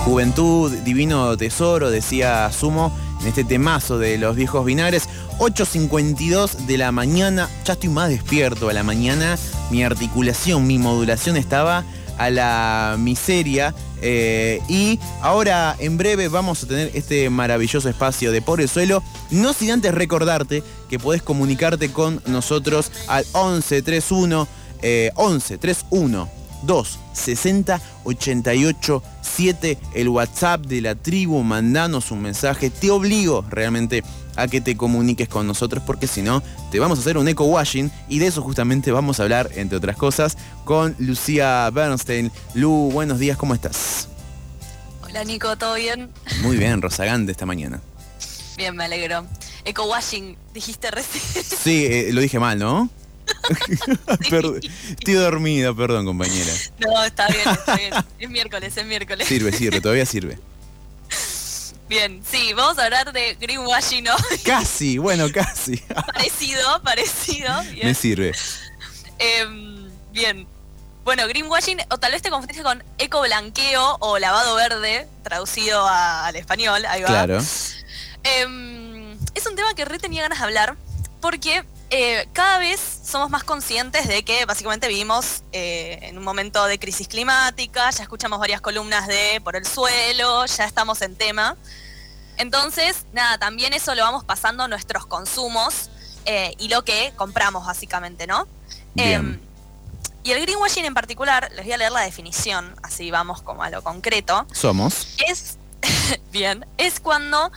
Juventud, divino tesoro, decía Sumo, en este temazo de los viejos vinagres. 8:52 de la mañana, ya estoy más despierto a la mañana, mi articulación, mi modulación estaba a la miseria. Y ahora en breve vamos a tener este maravilloso espacio de Por el Suelo, no sin antes recordarte que podés comunicarte con nosotros al 1131 260 88 7, el WhatsApp de la tribu. Mandanos un mensaje, te obligo realmente a que te comuniques con nosotros, porque si no te vamos a hacer un eco washing, y de eso justamente vamos a hablar, entre otras cosas, con Lucía Bernstein. Lu, buenos días, ¿cómo estás? Hola Nico, ¿todo bien? Muy bien, rozagante esta mañana. Bien, me alegro. Eco washing, dijiste recién. Sí, lo dije mal, ¿no? Sí. Estoy dormido, perdón, compañera. No, está bien. Es miércoles. Sirve, todavía sirve. Bien, sí, vamos a hablar de greenwashing, ¿no? Casi. Parecido. Bien. Me sirve. Bien. Bueno, greenwashing, o tal vez te confundiste con ecoblanqueo o lavado verde, traducido al español, ahí va. Claro. Es un tema que tenía ganas de hablar, porque cada vez somos más conscientes de que básicamente vivimos en un momento de crisis climática, ya escuchamos varias columnas de Por el Suelo, ya estamos en tema. Entonces, nada, también eso lo vamos pasando a nuestros consumos y lo que compramos básicamente, ¿no? Y el greenwashing en particular, les voy a leer la definición, así vamos como a lo concreto. Es cuando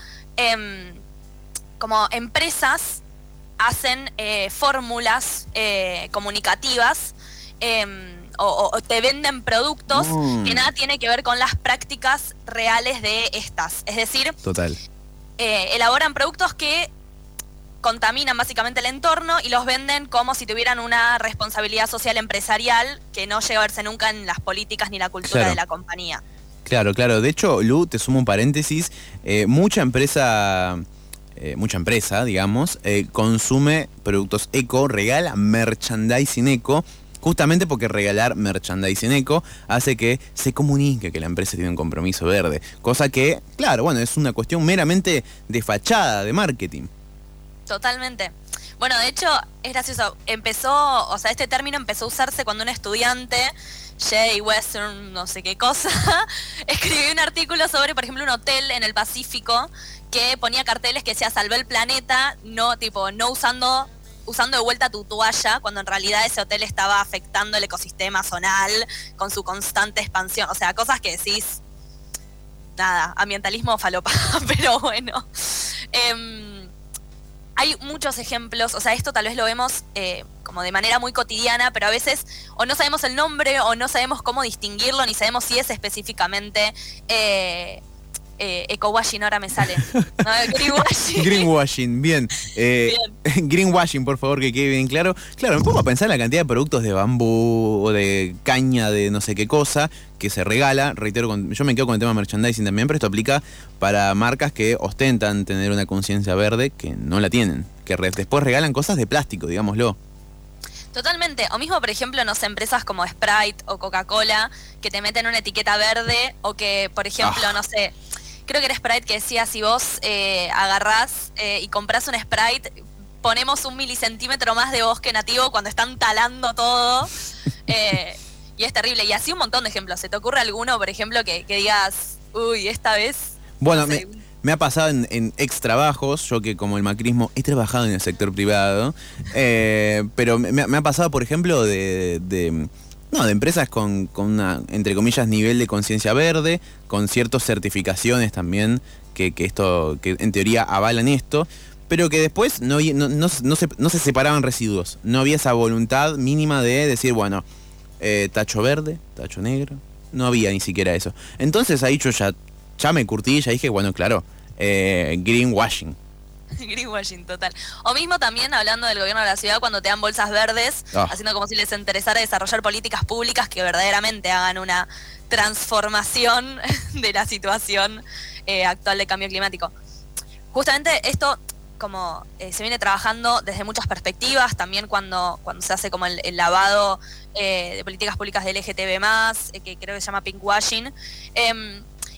como empresas hacen fórmulas comunicativas o te venden productos que nada tiene que ver con las prácticas reales de estas. Es decir, total. Elaboran productos que contaminan básicamente el entorno y los venden como si tuvieran una responsabilidad social empresarial que no llega a verse nunca en las políticas ni la cultura de la compañía. Claro. De hecho, Lu, te sumo un paréntesis. Mucha empresa, digamos, consume productos eco, regala merchandising eco, justamente porque regalar merchandising eco hace que se comunique que la empresa tiene un compromiso verde. Cosa que, claro, bueno, es una cuestión meramente de fachada, de marketing. Totalmente. Bueno, de hecho, es gracioso. Este término empezó a usarse cuando un estudiante, Jay Western, no sé qué cosa, escribió un artículo sobre, por ejemplo, un hotel en el Pacífico que ponía carteles que decía salvé el planeta, no usando de vuelta tu toalla, cuando en realidad ese hotel estaba afectando el ecosistema zonal con su constante expansión. O sea, cosas que decís, nada, ambientalismo falopa, pero bueno. Hay muchos ejemplos, o sea, esto tal vez lo vemos como de manera muy cotidiana, pero a veces o no sabemos el nombre o no sabemos cómo distinguirlo, ni sabemos si es específicamente eco-washing, ahora me sale. No, greenwashing. Greenwashing, bien. Greenwashing, por favor, que quede bien claro. Claro, me pongo a pensar en la cantidad de productos de bambú o de caña de no sé qué cosa que se regala. Reitero, yo me quedo con el tema merchandising también, pero esto aplica para marcas que ostentan tener una conciencia verde que no la tienen, que después regalan cosas de plástico, digámoslo. Totalmente. O mismo, por ejemplo, no sé, empresas como Sprite o Coca-Cola que te meten una etiqueta verde, o que, por ejemplo, no sé, creo que era Sprite que decía, si vos agarrás y comprás un Sprite, ponemos 1 milicentímetro más de bosque nativo cuando están talando todo. Y es terrible. Y así un montón de ejemplos. ¿Se te ocurre alguno, por ejemplo, que digas, uy, esta vez? Bueno, no sé, me ha pasado en ex trabajos, yo que como el macrismo he trabajado en el sector privado, pero me ha pasado, por ejemplo, de empresas con una, entre comillas, nivel de conciencia verde, con ciertas certificaciones también que en teoría avalan esto, pero que después no se separaban residuos. No había esa voluntad mínima de decir, bueno, tacho verde, tacho negro. No había ni siquiera eso. Entonces ahí yo ya me curtí, ya dije, bueno, claro, greenwashing. Greenwashing, total. O mismo también hablando del gobierno de la ciudad, cuando te dan bolsas verdes, haciendo como si les interesara desarrollar políticas públicas que verdaderamente hagan una transformación de la situación actual de cambio climático. Justamente esto como se viene trabajando desde muchas perspectivas, también cuando se hace como el lavado de políticas públicas de LGTB+, que creo que se llama pinkwashing.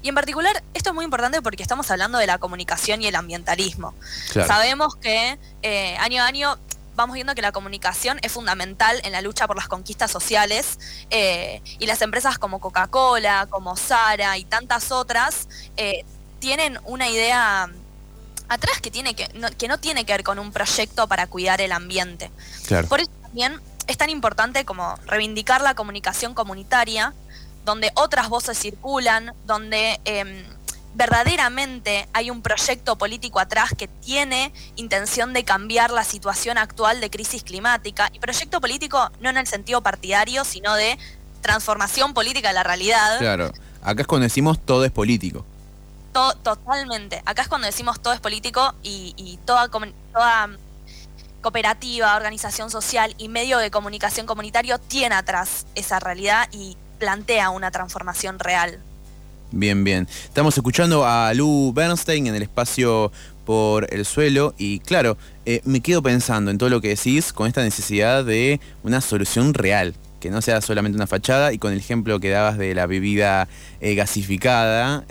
Y en particular, esto es muy importante porque estamos hablando de la comunicación y el ambientalismo. Claro. Sabemos que año a año vamos viendo que la comunicación es fundamental en la lucha por las conquistas sociales, y las empresas como Coca-Cola, como Zara y tantas otras tienen una idea atrás que no tiene que ver con un proyecto para cuidar el ambiente. Claro. Por eso también es tan importante como reivindicar la comunicación comunitaria, donde otras voces circulan, donde verdaderamente hay un proyecto político atrás que tiene intención de cambiar la situación actual de crisis climática. Y proyecto político no en el sentido partidario, sino de transformación política de la realidad. Claro. Acá es cuando decimos todo es político. Totalmente. Acá es cuando decimos todo es político y toda cooperativa, organización social y medio de comunicación comunitario tiene atrás esa realidad y plantea una transformación real. Bien, bien. Estamos escuchando a Lu Bernstein en el espacio Por el Suelo y claro, me quedo pensando en todo lo que decís con esta necesidad de una solución real, que no sea solamente una fachada, y con el ejemplo que dabas de la bebida gasificada,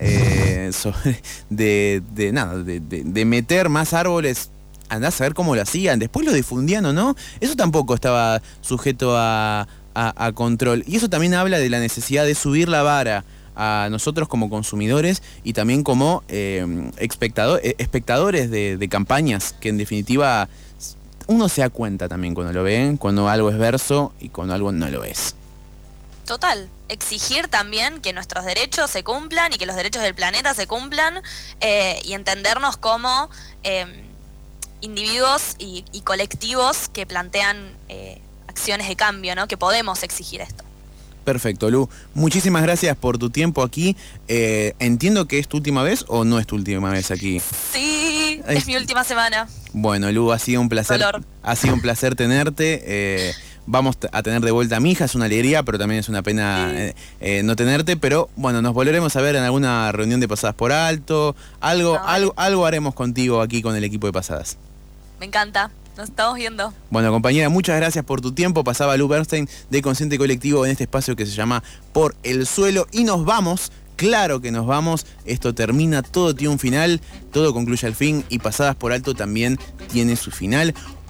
de meter más árboles. Andás a ver cómo lo hacían, después lo difundían o no, eso tampoco estaba sujeto a control. Y eso también habla de la necesidad de subir la vara a nosotros como consumidores y también como espectadores de campañas, que en definitiva uno se da cuenta también cuando lo ven, cuando algo es verso y cuando algo no lo es. Total, exigir también que nuestros derechos se cumplan y que los derechos del planeta se cumplan, y entendernos como individuos y colectivos que plantean acciones de cambio, ¿no? Que podemos exigir esto. Perfecto, Lu. Muchísimas gracias por tu tiempo aquí. Entiendo que es tu última vez o no es tu última vez aquí. Sí, es mi última semana. Bueno, Lu, ha sido un placer. Dolor. Ha sido un placer tenerte. Vamos a tener de vuelta a mi hija, es una alegría, pero también es una pena no tenerte. Pero bueno, nos volveremos a ver en alguna reunión de Pasadas por Alto. Algo haremos contigo aquí con el equipo de Pasadas. Me encanta. Nos estamos viendo. Bueno, compañera, muchas gracias por tu tiempo. Pasaba Lu Bernstein de Consciente Colectivo en este espacio que se llama Por el Suelo. Y nos vamos, claro que nos vamos. Esto termina, todo tiene un final, todo concluye al fin y Pasadas por Alto también tiene su final.